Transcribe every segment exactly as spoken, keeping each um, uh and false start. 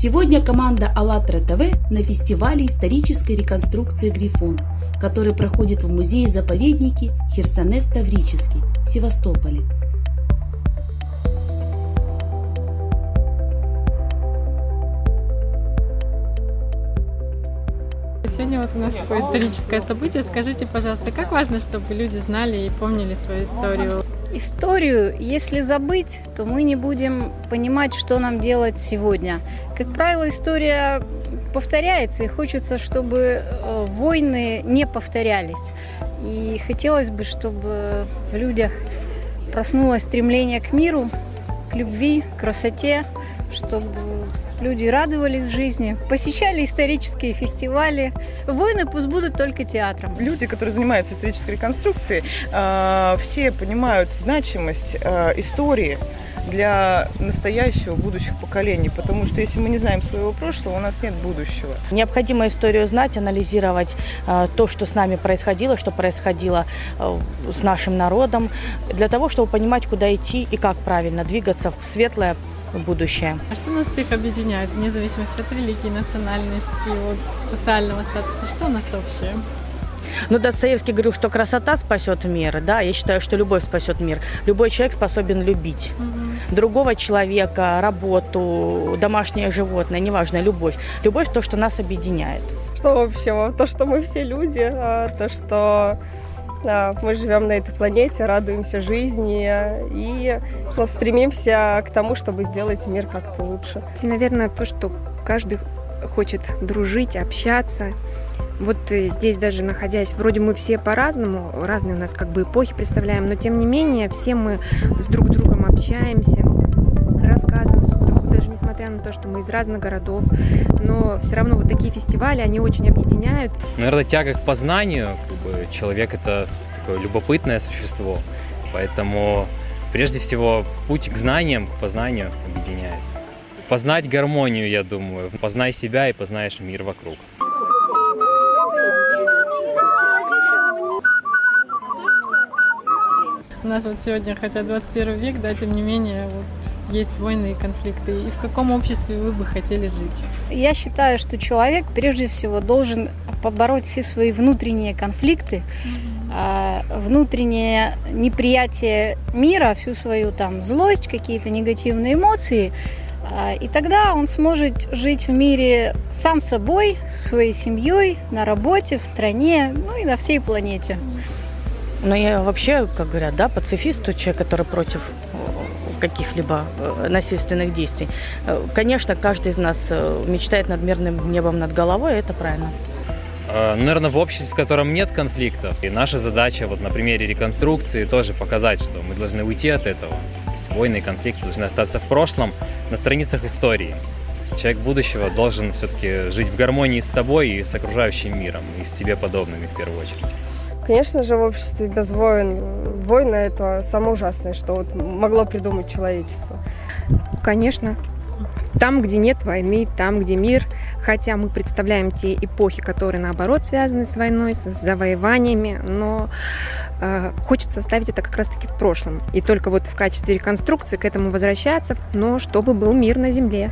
Сегодня команда АЛЛАТРА ТВ на фестивале исторической реконструкции «Грифон», который проходит в музее-заповеднике Херсонес-Таврический в Севастополе. Сегодня вот у нас такое историческое событие. Скажите, пожалуйста, как важно, чтобы люди знали и помнили свою историю? Историю, если забыть, то мы не будем понимать, что нам делать сегодня. Как правило, история повторяется, и хочется, чтобы войны не повторялись. И хотелось бы, чтобы в людях проснулось стремление к миру, к любви, к красоте, чтобы люди радовались жизни, посещали исторические фестивали. Войны пусть будут только театром. Люди, которые занимаются исторической реконструкцией, все понимают значимость истории для настоящего, будущих поколений. Потому что если мы не знаем своего прошлого, у нас нет будущего. Необходимо историю знать, анализировать то, что с нами происходило, что происходило с нашим народом, для того, чтобы понимать, куда идти и как правильно двигаться в светлое будущее. А что нас всех объединяет, вне зависимости от религии, национальности, вот, социального статуса? Что у нас общее? Ну, Достоевский говорил, что красота спасет мир. Да, я считаю, что любовь спасет мир. Любой человек способен любить угу. другого человека, работу, домашнее животное, неважно, любовь. Любовь – то, что нас объединяет. Что общего? То, что мы все люди, то, что да, мы живем на этой планете, радуемся жизни и ну, стремимся к тому, чтобы сделать мир как-то лучше. Наверное, то, что каждый хочет дружить, общаться. Вот здесь даже находясь, вроде мы все по-разному, разные у нас как бы эпохи представляем, но тем не менее все мы с друг другом общаемся, рассказываем друг другу, даже несмотря на то, что мы из разных городов, но все равно вот такие фестивали, они очень объединяют. Наверное, тяга к познанию, как бы человек это такое любопытное существо, поэтому прежде всего путь к знаниям, к познанию объединяет. Познать гармонию, я думаю, познай себя и познаешь мир вокруг. У нас вот сегодня, хотя двадцать первый век, да, тем не менее, вот, есть войны и конфликты. И в каком обществе вы бы хотели жить? Я считаю, что человек прежде всего должен побороть все свои внутренние конфликты, mm-hmm. внутреннее неприятие мира, всю свою там злость, какие-то негативные эмоции. И тогда он сможет жить в мире сам собой, со своей семьей, на работе, в стране, ну и на всей планете. Но я вообще, как говорят, да, пацифист, тот человек, который против каких-либо насильственных действий. Конечно, каждый из нас мечтает над мирным небом над головой, и это правильно. Наверное, в обществе, в котором нет конфликтов, и наша задача вот на примере реконструкции тоже показать, что мы должны уйти от этого. То есть войны и конфликты должны остаться в прошлом, на страницах истории. Человек будущего должен все-таки жить в гармонии с собой и с окружающим миром, и с себе подобными в первую очередь. Конечно же, в обществе без войн. Войны – это самое ужасное, что вот могло придумать человечество. Конечно. Там, где нет войны, там, где мир. Хотя мы представляем те эпохи, которые, наоборот, связаны с войной, с завоеваниями, но э, хочется оставить это как раз-таки в прошлом. И только вот в качестве реконструкции к этому возвращаться, но чтобы был мир на земле.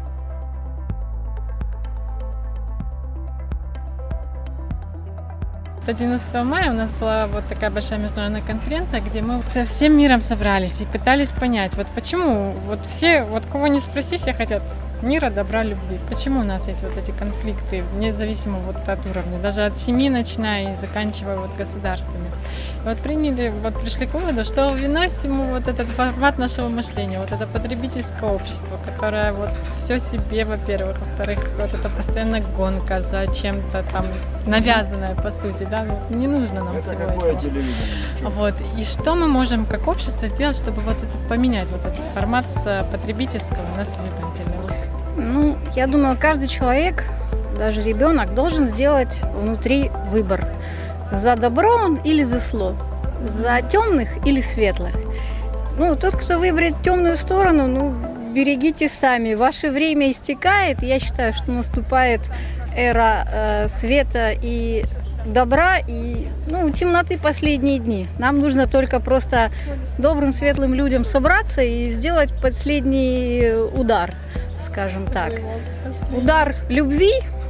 одиннадцатого мая у нас была вот такая большая международная конференция, где мы со всем миром собрались и пытались понять, вот почему вот все, вот кого не спроси, все хотят мира, добра, любви. Почему у нас есть вот эти конфликты, независимо вот от уровня, даже от семьи начиная и заканчивая вот государствами. И вот приняли, вот пришли к выводу, что виной всему вот этот формат нашего мышления, вот это потребительское общество, которое вот все себе, во-первых, во-вторых, вот эта постоянная гонка за чем-то там навязанная, по сути, да, не нужно нам всего этого. Вот. И что мы можем как общество сделать, чтобы вот это поменять, вот этот формат с потребительского на созидательный? Ну, я думаю, каждый человек, даже ребенок, должен сделать внутри выбор. За добро он или за зло, за темных или светлых. Ну, тот, кто выберет темную сторону, ну, берегите сами. Ваше время истекает. Я считаю, что наступает эра э, света и добра, и ну, темноты последние дни. Нам нужно только просто добрым, светлым людям собраться и сделать последний удар, скажем так. Удар любви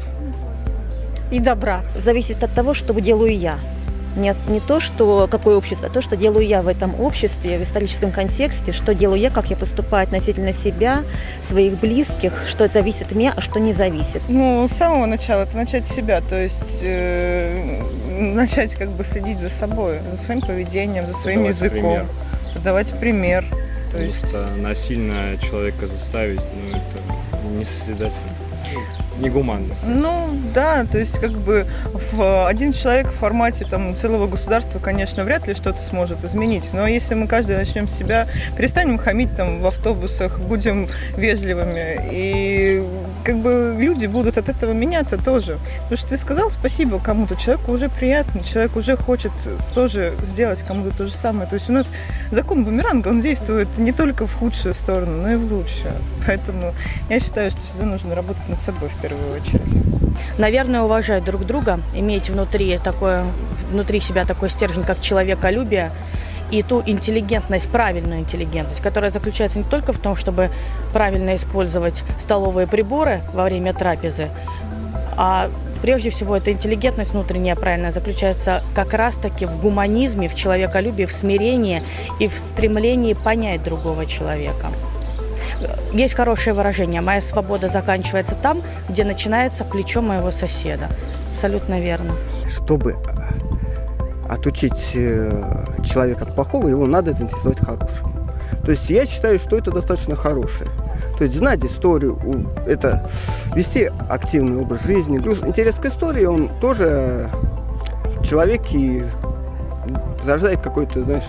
и добра. Зависит от того, что делаю я. Нет, не то, что какое общество, а то, что делаю я в этом обществе, в историческом контексте, что делаю я, как я поступаю относительно себя, своих близких, что зависит от меня, а что не зависит. Ну, с самого начала это начать с себя, то есть э, начать как бы следить за собой, за своим поведением, за своим Подавать языком. пример. Подавать пример. То Потому есть... что насильно человека заставить, ну, это не созидательно. Негуманно. Ну, да, то есть как бы в один человек в формате там целого государства, конечно, вряд ли что-то сможет изменить. Но если мы каждый начнем с себя, перестанем хамить там в автобусах, будем вежливыми, и как бы люди будут от этого меняться тоже. Потому что ты сказал спасибо кому-то, человеку уже приятно, человек уже хочет тоже сделать кому-то то же самое. То есть у нас закон бумеранга, он действует не только в худшую сторону, но и в лучшую. Поэтому я считаю, что всегда нужно работать над собой в первую очередь. Наверное, уважать друг друга, иметь внутри, такое, внутри себя такой стержень, как человеколюбие, и ту интеллигентность, правильную интеллигентность, которая заключается не только в том, чтобы правильно использовать столовые приборы во время трапезы, а прежде всего эта интеллигентность внутренняя правильная заключается как раз-таки в гуманизме, в человеколюбии, в смирении и в стремлении понять другого человека. Есть хорошее выражение: «Моя свобода заканчивается там, где начинается плечо моего соседа». Абсолютно верно. Чтобы отучить человека от плохого, его надо заинтересовать хорошим. То есть я считаю, что это достаточно хорошее. То есть знать историю, это вести активный образ жизни. Плюс интерес к истории, он тоже в человеке зарождает какой-то, знаешь,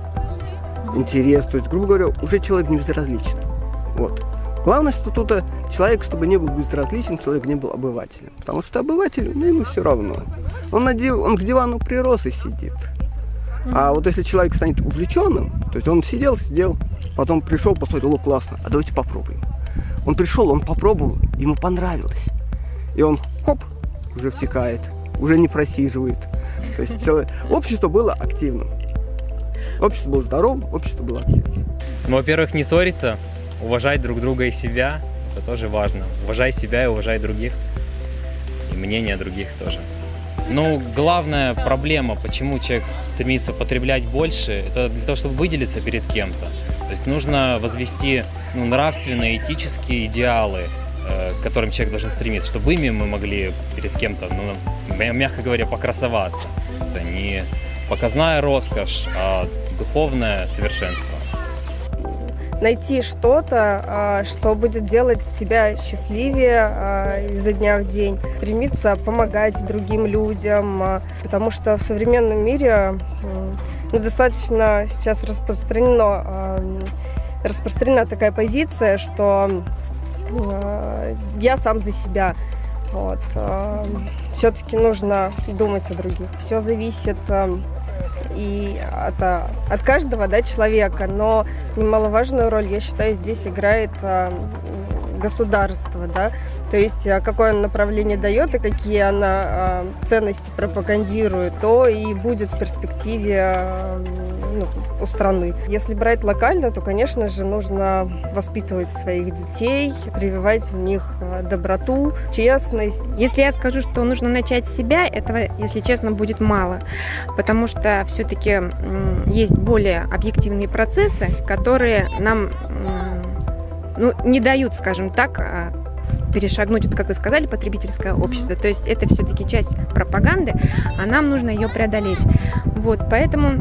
интерес. То есть, грубо говоря, уже человек не безразличен. Вот. Главное, что тут человек, чтобы не был безразличен, человек не был обывателем. Потому что обыватель, ну, ему все равно. Он, на див... он к дивану прирос и сидит. А вот если человек станет увлеченным, то есть он сидел, сидел, потом пришел, посмотрел: о, классно, а давайте попробуем. Он пришел, он попробовал, ему понравилось. И он, хоп, уже втекает, уже не просиживает. То есть целое... общество было активным. Общество было здоровым, общество было активным. Ну, во-первых, не ссориться. Уважать друг друга и себя, это тоже важно. Уважай себя и уважай других. И мнение других тоже. Ну, главная проблема, почему человек стремится потреблять больше, это для того, чтобы выделиться перед кем-то. То есть нужно возвести, ну, нравственные, этические идеалы, э, к которым человек должен стремиться, чтобы ими мы могли перед кем-то, ну, мягко говоря, покрасоваться. Это не показная роскошь, а духовное совершенство. Найти что-то, что будет делать тебя счастливее изо дня в день, стремиться помогать другим людям, потому что в современном мире, ну, достаточно сейчас распространено, распространена такая позиция, что я сам за себя. Вот. Все-таки нужно думать о других. Все зависит и от, от каждого, да, человека, но немаловажную роль, я считаю, здесь играет а, государство, да, то есть а, какое оно направление дает и какие оно а, ценности пропагандирует, то и будет в перспективе а, ну, у страны. Если брать локально, то, конечно же, нужно воспитывать своих детей, прививать в них доброту, честность. Если я скажу, что нужно начать с себя, этого, если честно, будет мало, потому что все-таки есть более объективные процессы, которые нам, ну, не дают, скажем так, перешагнуть, вот, как вы сказали, потребительское общество. То есть это все-таки часть пропаганды, а нам нужно ее преодолеть. Вот, поэтому...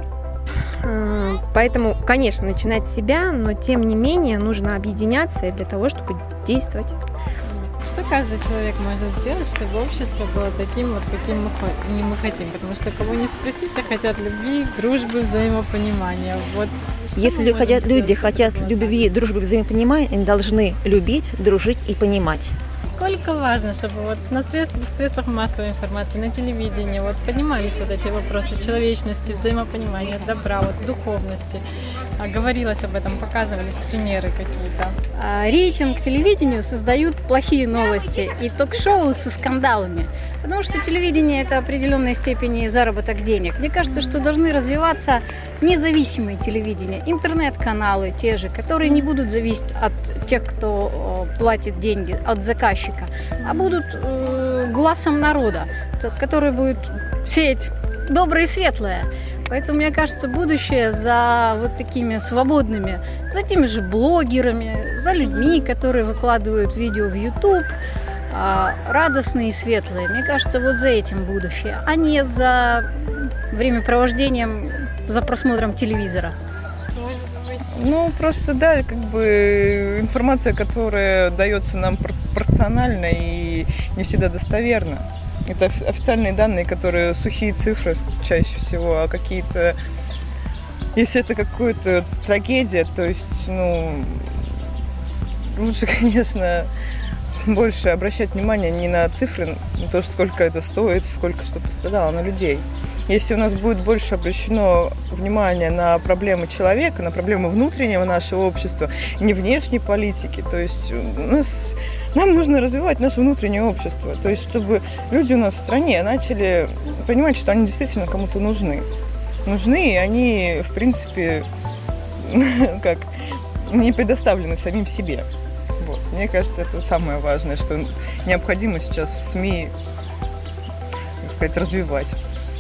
Поэтому, конечно, начинать с себя, но тем не менее нужно объединяться для того, чтобы действовать. Что каждый человек может сделать, чтобы общество было таким, вот, каким мы, мы хотим? Потому что кого не спроси, все хотят любви, дружбы, взаимопонимания. Вот, если хотят, люди хотят любви, дружбы, взаимопонимания, они должны любить, дружить и понимать. Насколько важно, чтобы вот на средствах, в средствах массовой информации, на телевидении вот поднимались вот эти вопросы человечности, взаимопонимания, добра, вот, духовности. А говорилось об этом, показывались примеры какие-то? А рейтинг телевидению создают плохие новости и ток-шоу со скандалами. Потому что телевидение – это определенной степени заработок денег. Мне кажется, что должны развиваться независимые телевидения, интернет-каналы те же, которые не будут зависеть от тех, кто платит деньги, от заказчика, а будут э, глазом народа, который будет сеять доброе и светлое. Поэтому, мне кажется, будущее за вот такими свободными, за теми же блогерами, за людьми, которые выкладывают видео в YouTube, радостные и светлые. Мне кажется, вот за этим будущее, а не за времяпровождением, за просмотром телевизора. Ну, просто, да, как бы информация, которая дается нам пропорционально и не всегда достоверна. Это официальные данные, которые сухие цифры чаще всего, а какие-то... Если это какая-то трагедия, то есть, ну, лучше, конечно, больше обращать внимание не на цифры, на то, сколько это стоит, сколько что пострадало, а на людей. Если у нас будет больше обращено внимание на проблемы человека, на проблемы внутреннего нашего общества, не внешней политики, то есть у нас, нам нужно развивать наше внутреннее общество, то есть чтобы люди у нас в стране начали понимать, что они действительно кому-то нужны. Нужны, и они, в принципе, как не предоставлены самим себе. Вот. Мне кажется, это самое важное, что необходимо сейчас в СМИ, так сказать, развивать.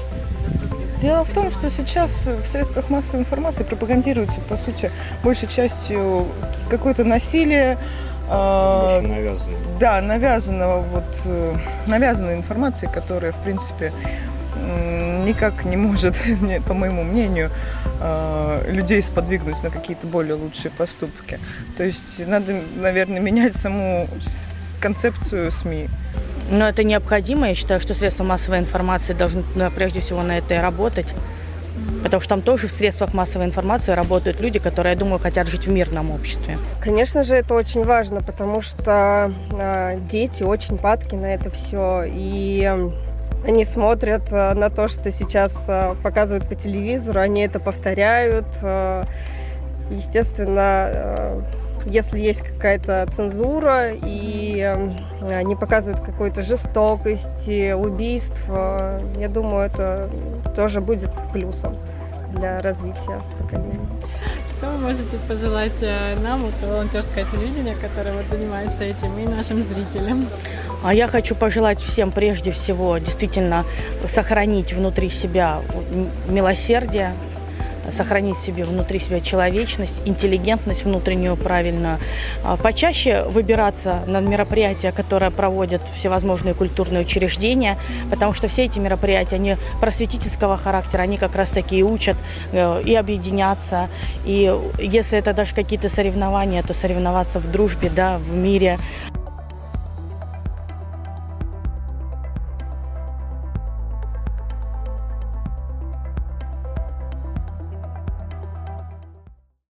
Дело в том, что сейчас в средствах массовой информации пропагандируется, по сути, большей частью какое-то насилие. Больше навязано. Да, навязано, вот, навязанная информация, которая, в принципе, никак не может, по моему мнению, людей сподвигнуть на какие-то более лучшие поступки. То есть надо, наверное, менять саму концепцию СМИ. Но это необходимо. Я считаю, что средства массовой информации должны, ну, прежде всего на это и работать. Потому что там тоже в средствах массовой информации работают люди, которые, я думаю, хотят жить в мирном обществе. Конечно же, это очень важно, потому что э, дети очень падки на это все. И они смотрят э, на то, что сейчас э, показывают по телевизору, они это повторяют. Э, естественно, э, если есть какая-то цензура и э, не показывают какую-то жестокость, убийств, э, я думаю, это тоже будет плюсом для развития поколения. Что вы можете пожелать нам, вот, волонтерское телевидение, которое вот занимается этим, и нашим зрителям? А я хочу пожелать всем прежде всего действительно сохранить внутри себя милосердие, сохранить себе внутри себя человечность, интеллигентность внутреннюю правильную. Почаще выбираться на мероприятия, которые проводят всевозможные культурные учреждения, потому что все эти мероприятия, они просветительского характера, они как раз таки и учат и объединяться. И если это даже какие-то соревнования, то соревноваться в дружбе, да, в мире.